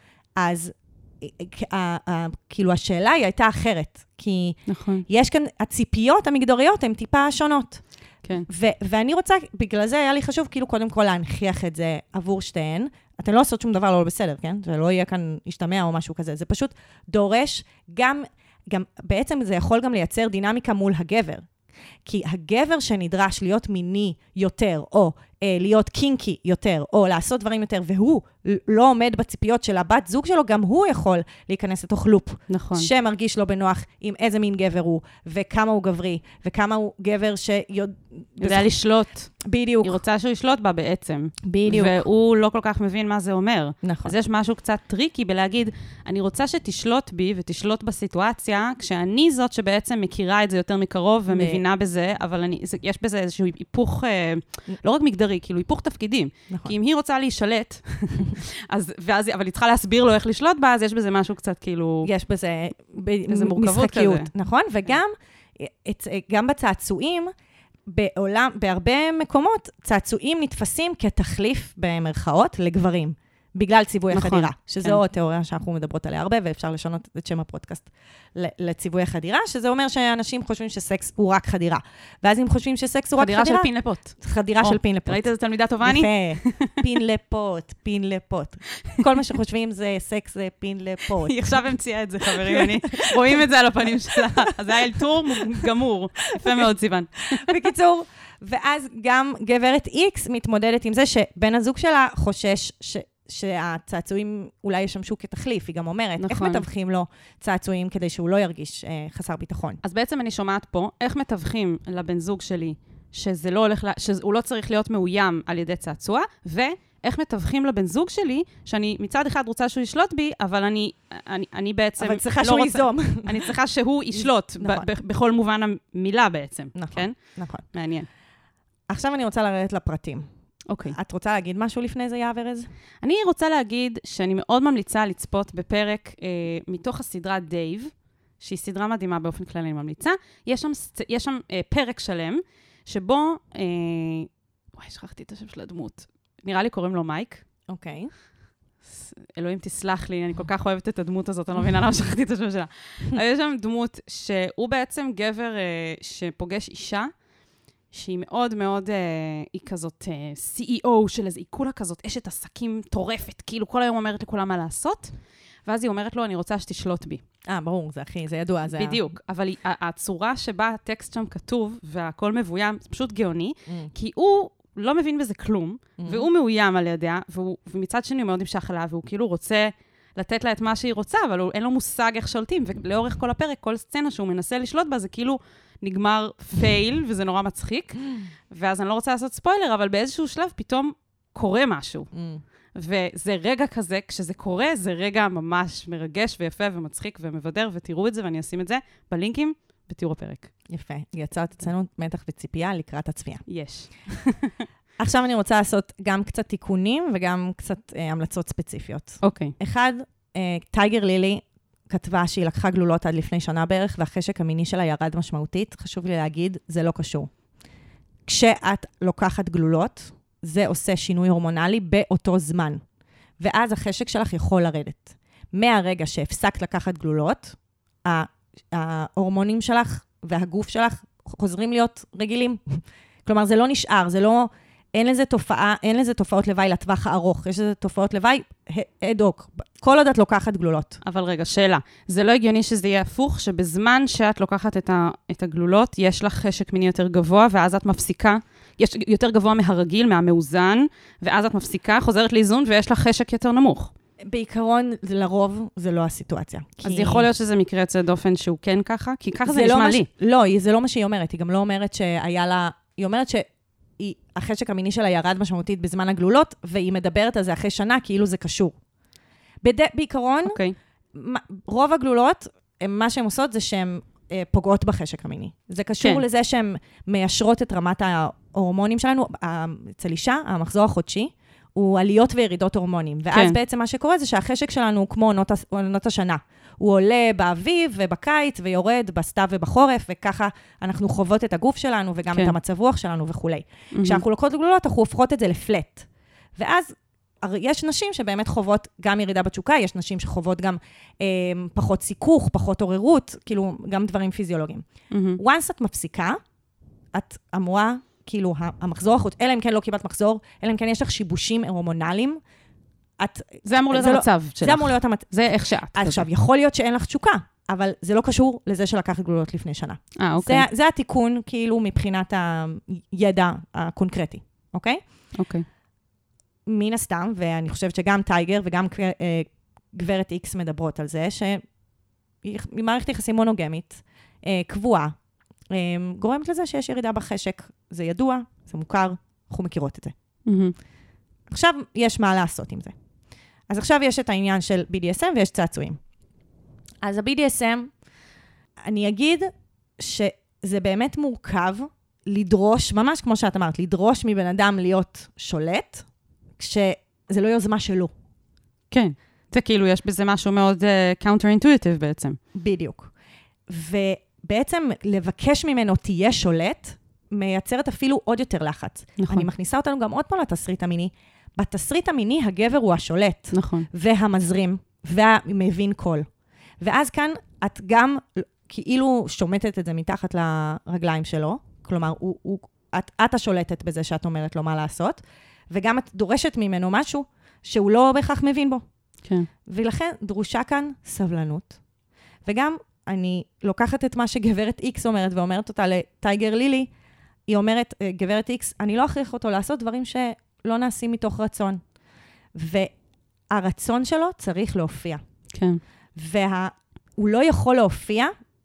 אז אה, אה, אה, כאילו השאלה היא הייתה אחרת, כי נכון. יש כאן, הציפיות המגדריות הן טיפה שונות. כן. ו- ואני רוצה, בגלל זה היה לי חשוב, כאילו קודם כל להנחיח את זה עבור שתיהן. אתן לא עושות שום דבר לא בסדר, כן? זה לא יהיה כאן השתמע או משהו כזה. זה פשוט דורש גם, גם, בעצם זה יכול גם לייצר דינמיקה מול הגבר. כי הגבר שנדרש להיות מיני יותר, או אה, להיות קינקי יותר, או לעשות דברים יותר, והוא לא עומד בציפיות של הבת זוג שלו, גם הוא יכול להיכנס לתוך לופ. נכון. שמרגיש לא בנוח עם איזה מין גבר הוא, וכמה הוא גברי, וכמה הוא גבר שיודע... יודע לשלוט. בדיוק. היא רוצה שהוא ישלוט בה בעצם. בדיוק. והוא לא כל כך מבין מה זה אומר. נכון. אז יש משהו קצת טריקי בלהגיד, אני רוצה שתשלוט בי ותשלוט בסיטואציה, כשאני זאת שבעצם מכירה את זה יותר מקרוב ומבינה בזה, אבל אני, זה, יש בזה איזשהו היפוך, אה, לא רק מגדרי, כאילו היפוך תפקידים. נכון. כי אם היא רוצה להישלט, אז, ואז, אבל היא צריכה להסביר לו איך לשלוט בה, אז יש בזה משהו קצת כאילו... יש בזה איזה מורכבות משחקיות, כזה. נכון? וגם את, גם בצעצועים, בעולם, בהרבה מקומות, צעצועים נתפסים כתחליף במרכאות לגברים, בגלל ציווי נכון, החדירה, שזו כן. התיאוריה שאנחנו מדברות עליה הרבה, ואפשר לשנות את שם הפודקאסט לציווי החדירה, שזה אומר שאנשים חושבים שסקס הוא רק חדירה. ואז אם חושבים שסקס הוא רק חדירה... חדירה של פין לפוט. חדירה או, של פין לפוט. ראית איזה תלמידה טובה אני? יפה, פין לפוט, פין לפוט. כל מה שחושבים זה סקס זה פין לפוט. היא עכשיו המציאה את זה, חברים, אני... רואים את זה על הפנים שלה. אז זה היה אלתור גמור. יפה מאוד, סיוון. בקיצור, ואז גם גברת איקס מתמודדת עם זה שבן הזוג שלה חושש ש... שהצעצועים אולי ישמשו כתחליף, היא גם אומרת, נכון. איך מתווכים לו צעצועים כדי שהוא לא ירגיש אה, חסר ביטחון? אז בעצם אני שומעת פה, איך מתווכים לבן זוג שלי, שזה לא הולך, לה, שהוא לא צריך להיות מאוים על ידי צעצוע, ואיך מתווכים לבן זוג שלי, שאני מצד אחד רוצה שהוא ישלוט בי, אבל אני, אני, אני בעצם... אבל צריכה לא שהוא רוצה, ייזום. אני צריכה שהוא ישלוט, נכון. ב, ב, בכל מובן המילה בעצם. נכון, כן? נכון. מעניין. עכשיו אני רוצה לרדת לפרטים. אוקיי. את רוצה להגיד משהו לפני זה, יהב ארז? אני רוצה להגיד שאני מאוד ממליצה לצפות בפרק אה, מתוך הסדרה דייב, שהיא סדרה מדהימה באופן כללי, אני ממליצה. יש שם, יש שם אה, פרק שלם, שבו... אה, וואי, שכחתי את השם של הדמות. נראה לי קוראים לו מייק. אוקיי. אלוהים תסלח לי, אני כל כך אוהבת את הדמות הזאת, אני לא מבינה למה שכחתי את השם שלה. אבל יש שם דמות שהוא בעצם גבר uh, שפוגש אישה, שהיא מאוד מאוד, uh, היא כזאת uh, סי אי או של איזו עיקולה כזאת, אשת עסקים טורפת, כאילו כל היום אומרת לכולם מה לעשות, ואז היא אומרת לו, אני רוצה שתשלוט בי. אה, ברור, זה הכי, זה ידוע. זה בדיוק, אבל היא, הצורה שבה הטקסט שם כתוב, והכל מבוים, זה פשוט גאוני, Mm. כי הוא לא מבין בזה כלום, Mm. והוא מאוים על ידיה, והוא, ומצד שני הוא מאוד נמשך עליה, והוא כאילו רוצה לתת לה את מה שהיא רוצה, אבל הוא, אין לו מושג איך שולטים, ולאורך כל הפרק, כל סצנה שהוא מנסה לשלוט בה, זה כאילו נגמר פייל, וזה נורא מצחיק, ואז אני לא רוצה לעשות ספוילר, אבל באיזשהו שלב פתאום קורה משהו. Mm. וזה רגע כזה, כשזה קורה, זה רגע ממש מרגש ויפה ומצחיק ומבדר, ותראו את זה, ואני אשים את זה בלינקים בתיאור הפרק. יפה. יצרת אצלנו מתח וציפייה לקראת הצפייה. יש. עכשיו אני רוצה לעשות גם קצת תיקונים וגם קצת אה, המלצות ספציפיות. אוקיי. אחד, אה, טייגר לילי כתבה שהיא לקחה גלולות עד לפני שנה בערך, והחשק המיני שלה ירד משמעותית. חשוב לי להגיד, זה לא קשור. כשאת לוקחת גלולות, זה עושה שינוי הורמונלי באותו זמן. ואז החשק שלך יכול לרדת. מהרגע שהפסקת לקחת גלולות, ההורמונים שלך והגוף שלך חוזרים להיות רגילים. כלומר, זה לא נשאר, זה לא, אין לזה תופעה, אין לזה תופעות לוואי לטווח הארוך. יש לזה תופעות לוואי אד-הוק. כל עוד את לוקחת גלולות. אבל רגע, שאלה. זה לא הגיוני שזה יהיה הפוך, שבזמן שאת לוקחת את, ה, את הגלולות, יש לך חשק מיני יותר גבוה, ואז את מפסיקה, יש יותר גבוה מהרגיל, מהמאוזן, ואז את מפסיקה, חוזרת לאיזון, ויש לך חשק יותר נמוך. בעיקרון, לרוב, זה לא הסיטואציה. אז כי... יכול להיות שזה מקרה יוצא דופן שהוא כן ככה? כי ככה זה, זה נשמע לא לי. ש... לא, זה לא מה שהיא אומרת. היא גם לא אומרת שהיה לה... היא אומרת שהחשק המיני שלה ירד משמעותית בזמן הגלולות, והיא מדברת על זה אחרי שנה, כאילו זה קשור. בד... בעיקרון, אוקיי. רוב הגלולות, מה שהן עושות זה שהן אה, פוגעות בחשק המיני. זה קשור כן. לזה שהן מיישרות את רמת ההורמונים שלנו. אצל אישה, המחזור החודשי, הוא עליות וירידות הורמונים. ואז כן. בעצם מה שקורה זה שהחשק שלנו הוא כמו עונות, עונות השנה. הוא עולה באביב ובקיץ ויורד בסתיו ובחורף, וככה אנחנו חוות את הגוף שלנו וגם כן. את המצב רוח שלנו וכו'. Mm-hmm. כשאנחנו לוקחות גלולות, אנחנו הופכות את זה לפלט. ואז יש נשים שבאמת חוות גם ירידה בתשוקה, יש נשים שחוות גם אה, פחות סיכוך, פחות עוררות, כאילו גם דברים פיזיולוגיים. Mm-hmm. once את מפסיקה, את אמורה... כאילו, המחזור החוץ, אלא אם כן לא קיבלת מחזור, אלא אם כן יש לך שיבושים הורמונליים, את... זה אמור להיות המצב שלך. זה אמור להיות המצב. זה איך שאת. עכשיו, יכול להיות שאין לך תשוקה, אבל זה לא קשור לזה שלקחת גלולות לפני שנה. אה, אוקיי. זה, זה התיקון, כאילו, מבחינת הידע הקונקרטי, אוקיי? אוקיי. מן הסתם, ואני חושבת שגם טייגר וגם גברת איקס מדברות על זה, שהיא מערכת יחסים מונוגמית, קבועה, גורמת לזה שיש ירידה בחשק. זה ידוע, זה מוכר, אנחנו מכירות את זה. Mm-hmm. עכשיו יש מה לעשות עם זה. אז עכשיו יש את העניין של בי די אס אם ויש צעצועים. אז ה-בי די אס אם, אני אגיד שזה באמת מורכב לדרוש, ממש כמו שאת אמרת, לדרוש מבן אדם להיות שולט, כשזה לא יוזמה שלו. כן, זה כאילו יש בזה משהו מאוד uh, counter-intuitive בעצם. בדיוק. ו... בעצם לבקש ממנו תהיה שולט, מייצרת אפילו עוד יותר לחץ. נכון. אני מכניסה אותנו גם עוד פעם לתסריט המיני. בתסריט המיני הגבר הוא השולט. נכון. והמזרים, והמבין קול. ואז כאן את גם כאילו שומטת את זה מתחת לרגליים שלו, כלומר, הוא, הוא, את, את השולטת בזה שאת אומרת לו מה לעשות, וגם את דורשת ממנו משהו שהוא לא בהכרח מבין בו. כן. ולכן דרושה כאן סבלנות, וגם אני לוקחת את מה שגברת איקס אומרת, ואומרת אותה לטייגר לילי, היא אומרת, גברת איקס, אני לא אכריח אותו לעשות דברים שלא נעשים מתוך רצון. והרצון שלו צריך להופיע. כן. והוא לא יכול להופיע,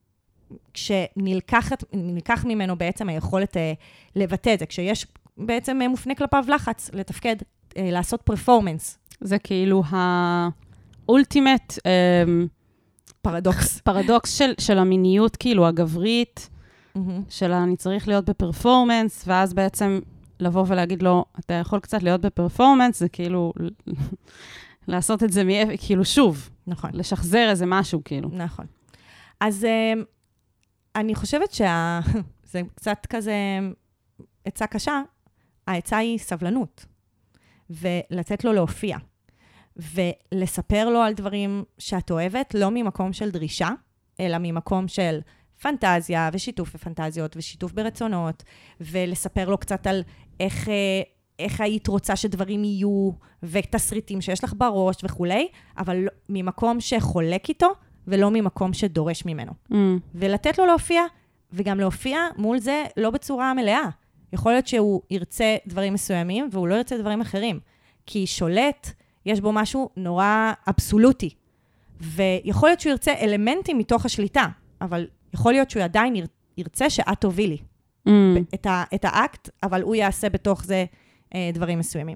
כשנלקח ממנו בעצם היכולת לבטא את זה, כשיש בעצם מופנה כלפיו לחץ, לתפקד, לעשות פרפורמנס. זה כאילו האולטימט... פרדוקס. פרדוקס של, של המיניות, כאילו, הגברית, mm-hmm. של אני צריך להיות בפרפורמנס, ואז בעצם לבוא ולהגיד לו, אתה יכול קצת להיות בפרפורמנס, זה כאילו, לעשות את זה, מ- כאילו, שוב. נכון. לשחזר איזה משהו, כאילו. נכון. אז אני חושבת שזה קצת כזה עצה קשה, העצה היא סבלנות. ולתת לו להופיע. ולספר לו על דברים שאת אוהבת, לא ממקום של דרישה, אלא ממקום של פנטזיה ושיתוף בפנטזיות ושיתוף ברצונות, ולספר לו קצת על איך, איך היית רוצה שדברים יהיו, ותסריטים שיש לך בראש וכולי, אבל לא, ממקום שחולק איתו, ולא ממקום שדורש ממנו. Mm. ולתת לו להופיע, וגם להופיע מול זה לא בצורה מלאה. יכול להיות שהוא ירצה דברים מסוימים, והוא לא ירצה דברים אחרים. כי שולט, יש בו משהו נורא אבסולוטי. ויכול להיות שהוא ירצה אלמנטים מתוך השליטה, אבל יכול להיות שהוא עדיין ירצה שאת תובילי mm. את, ה, את האקט, אבל הוא יעשה בתוך זה אה, דברים מסוימים.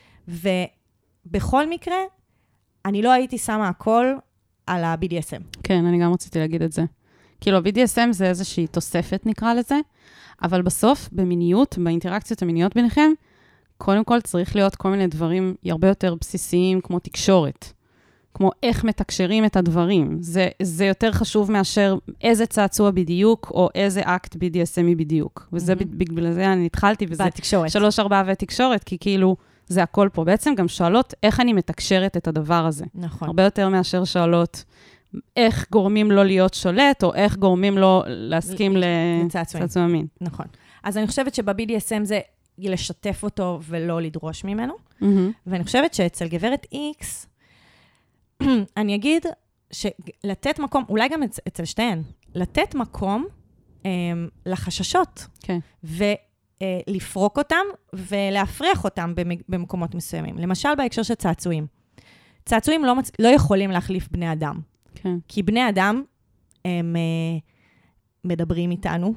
ובכל מקרה, אני לא הייתי שמה הכל על ה-בי די אס אם. כן, אני גם רציתי להגיד את זה. כאילו, ה-בי די אס אם זה איזושהי תוספת, נקרא לזה, אבל בסוף, במיניות, באינטראקציות המיניות ביניכם, קודם כל צריך להיות כל מיני דברים הרבה יותר בסיסיים, כמו תקשורת. כמו איך מתקשרים את הדברים. זה, זה יותר חשוב מאשר איזה צעצוע בדיוק, או איזה אקט בי די אס אם בדיוק. וזה, mm-hmm. בגלל זה אני התחלתי, וזה בתקשורת. שלוש, ארבע ותקשורת, כי כאילו, זה הכל פה. בעצם גם שואלות איך אני מתקשרת את הדבר הזה. נכון. הרבה יותר מאשר שואלות איך גורמים לו להיות שולט, או איך גורמים לו להסכים לצעצוע מין. נכון. אז אני חושבת שב-בי די אס אם זה לשתף אותו ולא לדרוש ממנו. Mm-hmm. ואני חושבת שאצל גברת X, אני אגיד שלתת מקום, אולי גם אצל שתיהן, לתת מקום אה, לחששות. כן. ולפרוק אותם ולהפריח אותם במקומות מסוימים. למשל, בהקשר של צעצועים. צעצועים לא, מצ... לא יכולים להחליף בני אדם. כן. כי בני אדם, הם אה, מדברים איתנו,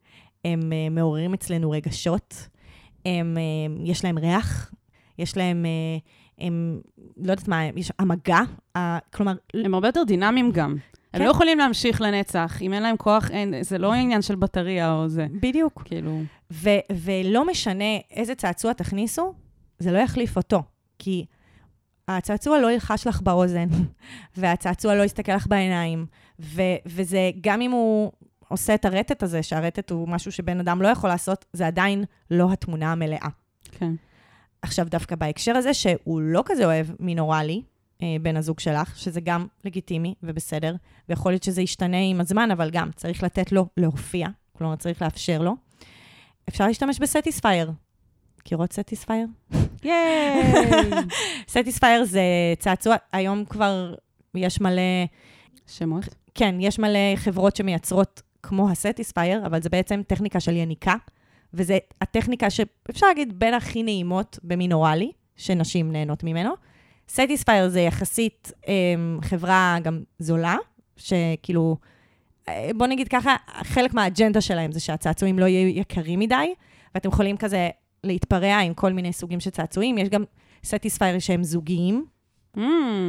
הם אה, מעוררים אצלנו רגשות, הם, אה, יש להם ריח, יש להם... אה, הם, לא יודעת מה, יש המגע, ה, כלומר... הם הרבה יותר דינמיים גם. כן? הם לא יכולים להמשיך לנצח, אם אין להם כוח, אין, זה לא עניין של בטריה או זה. בדיוק. כאילו... ו, ולא משנה איזה צעצוע תכניסו, זה לא יחליף אותו. כי הצעצוע לא ילחש לך באוזן, והצעצוע לא יסתכל לך בעיניים, ו, וזה, גם אם הוא עושה את הרטט הזה, שהרטט הוא משהו שבן אדם לא יכול לעשות, זה עדיין לא התמונה המלאה. כן. עכשיו, דווקא בהקשר הזה, שהוא לא כזה אוהב מינורלי, אה, בן הזוג שלך, שזה גם לגיטימי ובסדר, ויכול להיות שזה ישתנה עם הזמן, אבל גם צריך לתת לו להופיע, כלומר צריך לאפשר לו. אפשר להשתמש בסטיספייר. מכירות סטיספייר? ייי! סטיספייר זה צעצוע, היום כבר יש מלא... שמות? כן, יש מלא חברות שמייצרות כמו הסטיספייר, אבל זה בעצם טכניקה של יניקה, וזה הטכניקה שאפשר להגיד בין הכי נעימות במינורלי, שנשים נהנות ממנו. סטיספייר זה יחסית אה, חברה גם זולה, שכאילו, אה, בוא נגיד ככה, חלק מהאג'נדה שלהם זה שהצעצועים לא יהיו יקרים מדי, ואתם יכולים כזה להתפרע עם כל מיני סוגים של צעצועים. יש גם סטיספייר שהם זוגיים. Mm,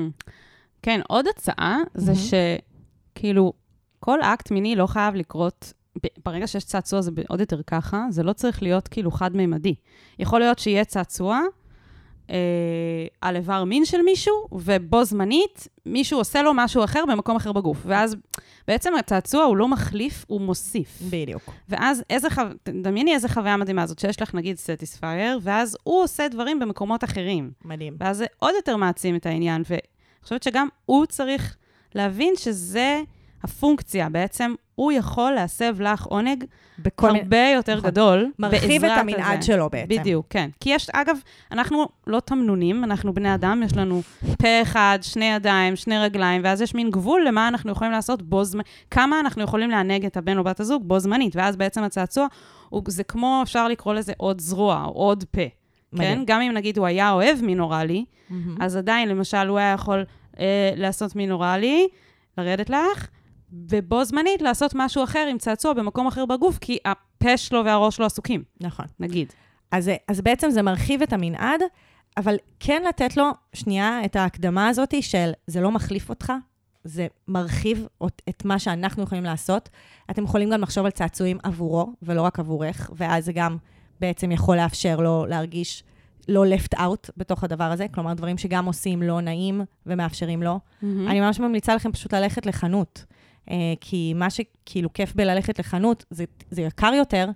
כן, עוד הצעה זה mm-hmm. שכאילו, כל אקט מיני לא חייב לקרות... ברגע שיש צעצוע זה עוד יותר ככה, זה לא צריך להיות כאילו חד-מימדי. יכול להיות שיהיה צעצוע אה, על איבר מין של מישהו, ובו זמנית מישהו עושה לו משהו אחר במקום אחר בגוף. ואז בעצם הצעצוע הוא לא מחליף, הוא מוסיף. בדיוק. ואז איזה חו... דמייני איזה חוויה מדהימה הזאת, שיש לך נגיד סטיספייר, ואז הוא עושה דברים במקומות אחרים. מדהים. ואז זה עוד יותר מעצים את העניין, ואני חושבת שגם הוא צריך להבין שזה הפונקציה, בעצם הוא יכול להסב לך עונג הרבה מ... יותר נכון. גדול. מרחיב את המנעד הזה. שלו בעצם. בדיוק, כן. כי יש, אגב, אנחנו לא תמנונים, אנחנו בני אדם, יש לנו פה אחד, שני ידיים, שני רגליים, ואז יש מין גבול למה אנחנו יכולים לעשות בו זמנית, כמה אנחנו יכולים לענג את הבן או בת הזוג בו זמנית, ואז בעצם הצעצוע, הוא, זה כמו, אפשר לקרוא לזה עוד זרוע, או עוד פה. מדהים. כן? גם אם נגיד הוא היה אוהב מינורלי, mm-hmm. אז עדיין, למשל, הוא היה יכול אה, לעשות מינורלי, לרדת לך, ובו זמנית לעשות משהו אחר עם צעצוע במקום אחר בגוף, כי הפה שלו והראש שלו עסוקים. נכון. נגיד. אז, אז בעצם זה מרחיב את המנעד, אבל כן לתת לו שנייה את ההקדמה הזאת של זה לא מחליף אותך, זה מרחיב את מה שאנחנו יכולים לעשות. אתם יכולים גם לחשוב על צעצועים עבורו, ולא רק עבורך, ואז זה גם בעצם יכול לאפשר לו להרגיש לא left out בתוך הדבר הזה, כלומר דברים שגם עושים לא נעים ומאפשרים לו. Mm-hmm. אני ממש ממליצה לכם פשוט ללכת לחנות, כי מה שכאילו כיף בללכת לחנות, זה, זה יקר יותר,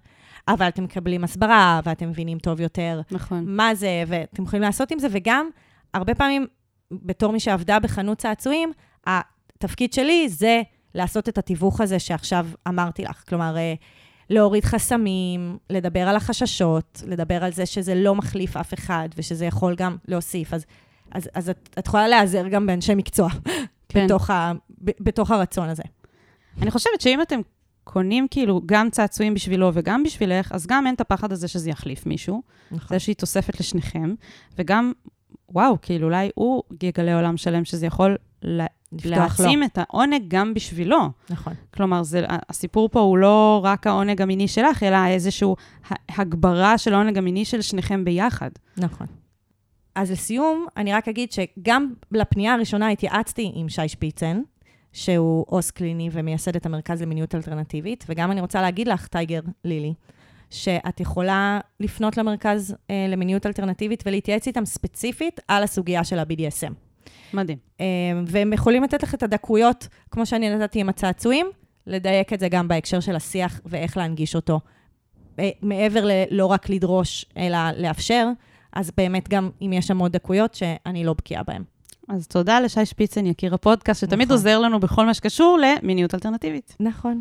אבל אתם מקבלים הסברה, ואתם מבינים טוב יותר נכון. מה זה, ואתם יכולים לעשות עם זה, וגם, הרבה פעמים, בתור מי שעבדה בחנות צעצועים, התפקיד שלי זה לעשות את התיווך הזה שעכשיו אמרתי לך. כלומר, להוריד חסמים, לדבר על החששות, לדבר על זה שזה לא מחליף אף אחד, ושזה יכול גם להוסיף. אז, אז, אז את, את יכולה להיעזר גם באנשי מקצוע, כן. בתוך, ה, ב, בתוך הרצון הזה. אני חושבת שאם אתם קונים כאילו גם צעצועים בשבילו וגם בשבילך, אז גם אין את הפחד הזה שזה יחליף מישהו. נכון. זה שהיא תוספת לשניכם, וגם, וואו, כאילו אולי הוא יגלה עולם שלם שזה יכול לה, להעצים לו. את העונג גם בשבילו. נכון. כלומר, זה, הסיפור פה הוא לא רק העונג המיני שלך, אלא איזושהי הגברה של העונג המיני של שניכם ביחד. נכון. אז לסיום, אני רק אגיד שגם לפנייה הראשונה התייעצתי עם שי שפיצן, שהוא עוס קליני ומייסד את המרכז למיניות אלטרנטיבית, וגם אני רוצה להגיד לך, טייגר לילי, שאת יכולה לפנות למרכז אה, למיניות אלטרנטיבית ולהתייעץ איתם ספציפית על הסוגיה של ה-בי די אס אם. מדהים. אה, והם יכולים לתת לך את הדקויות, כמו שאני נתתי עם הצעצועים, לדייק את זה גם בהקשר של השיח ואיך להנגיש אותו. אה, מעבר ללא רק לדרוש, אלא לאפשר, אז באמת גם אם יש שם עוד דקויות שאני לא בקיאה בהן. אז תודה לשי שפיצן, יקיר הפודקאסט, שתמיד נכון. עוזר לנו בכל מה שקשור למיניות אלטרנטיבית. נכון.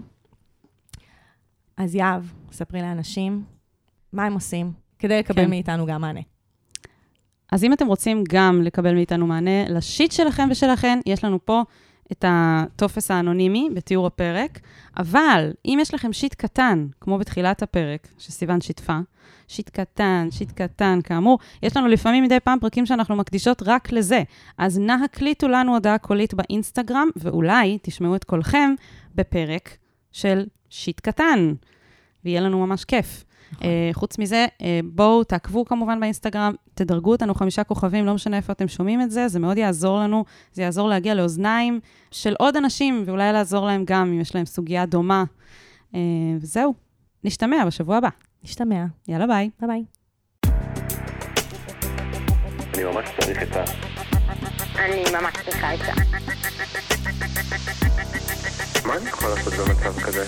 אז יאהב, ספרי לאנשים מה הם עושים, כדי לקבל כן. מאיתנו גם מענה. אז אם אתם רוצים גם לקבל מאיתנו מענה לשיט שלכם ושלכן, יש לנו פה את הטופס האנונימי בתיאור הפרק, אבל אם יש לכם שיט קטן, כמו בתחילת הפרק, שסיוון שיתפה, שיט קטן, שיט קטן, כאמור, יש לנו לפעמים מדי פעם פרקים שאנחנו מקדישות רק לזה. אז נא הקליטו לנו הודעה קולית באינסטגרם, ואולי תשמעו את קולכם בפרק של שיט קטן, ויהיה לנו ממש כיף. נכון. Uh, חוץ מזה, uh, בואו תעקבו כמובן באינסטגרם, תדרגו אותנו חמישה כוכבים, לא משנה איפה אתם שומעים את זה, זה מאוד יעזור לנו, זה יעזור להגיע לאוזניים של עוד אנשים, ואולי לעזור להם גם אם יש להם סוגיה דומה. Uh, וזהו, נשתמע בשבוע הבא. נשתמע. יאללה ביי. ביי ביי. אני ממש צריך את ה... אני ממש צריכה את זה. מה אני יכול לעשות במצב כזה?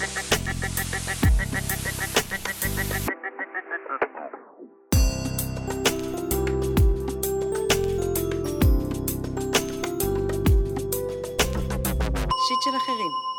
שיט של אחרים.